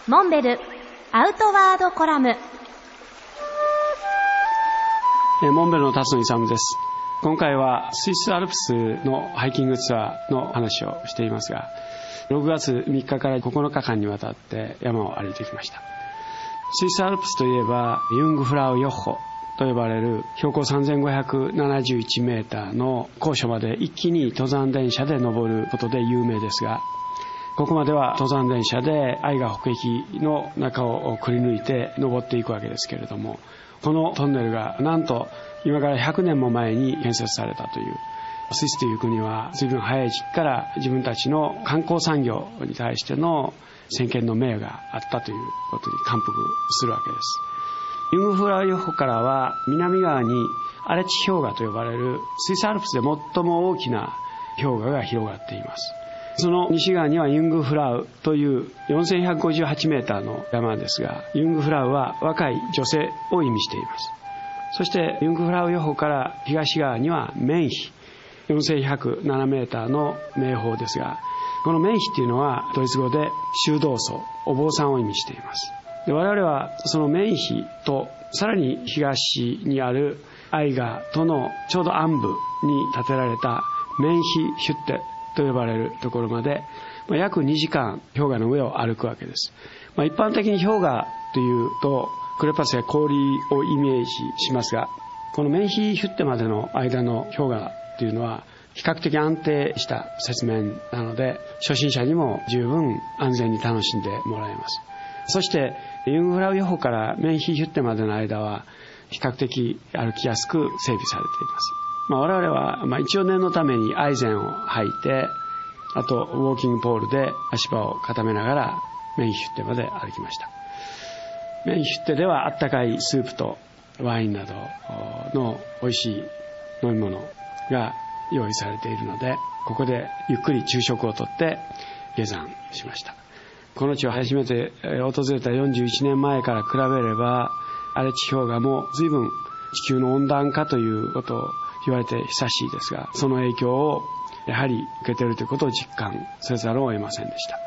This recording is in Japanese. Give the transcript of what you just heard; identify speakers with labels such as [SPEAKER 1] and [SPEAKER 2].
[SPEAKER 1] モンベルアウトワードコラム。
[SPEAKER 2] モンベルの辰野勇です。今回はスイスアルプスのハイキングツアーの話をしていますが、6月3日から9日間にわたって山を歩いてきました。スイスアルプスといえばユングフラウヨッホと呼ばれる標高3571メーターの高所まで一気に登山電車で登ることで有名ですが、ここまでは登山電車で愛河北壁の中をくり抜いて登っていくわけですけれども、このトンネルがなんと今から100年も前に建設されたという。スイスという国は随分早い時期から自分たちの観光産業に対しての先見の明があったということに感服するわけです。ユングフラウヨッホからは南側にアレチ氷河と呼ばれるスイスアルプスで最も大きな氷河が広がっています。その西側にはユングフラウという4158メーターの山ですが、ユングフラウは若い女性を意味しています。そしてユングフラウヨッホから東側にはメンヒ4107メーターの名峰ですが、このメンヒというのはドイツ語で修道僧、お坊さんを意味しています。で、我々はそのメンヒとさらに東にあるアイガとのちょうど暗部に建てられたメンヒヒュッテと呼ばれるところまで約2時間氷河の上を歩くわけです。一般的に氷河というとクレパスや氷をイメージしますが、このメンヒヒュッテまでの間の氷河というのは比較的安定した雪面なので、初心者にも十分安全に楽しんでもらえます。そしてユングフラウヨッホからメンヒヒュッテまでの間は比較的歩きやすく整備されています。我々は一応念のためにアイゼンを履いて、あとウォーキングポールで足場を固めながらメンヒヒュッテまで歩きました。メンヒヒュッテではあったかいスープとワインなどの美味しい飲み物が用意されているので、ここでゆっくり昼食をとって下山しました。この地を初めて訪れた41年前から比べれば、アレチ氷河も随分地球の温暖化ということを言われて久しいですが、その影響をやはり受けているということを実感せざるを得ませんでした。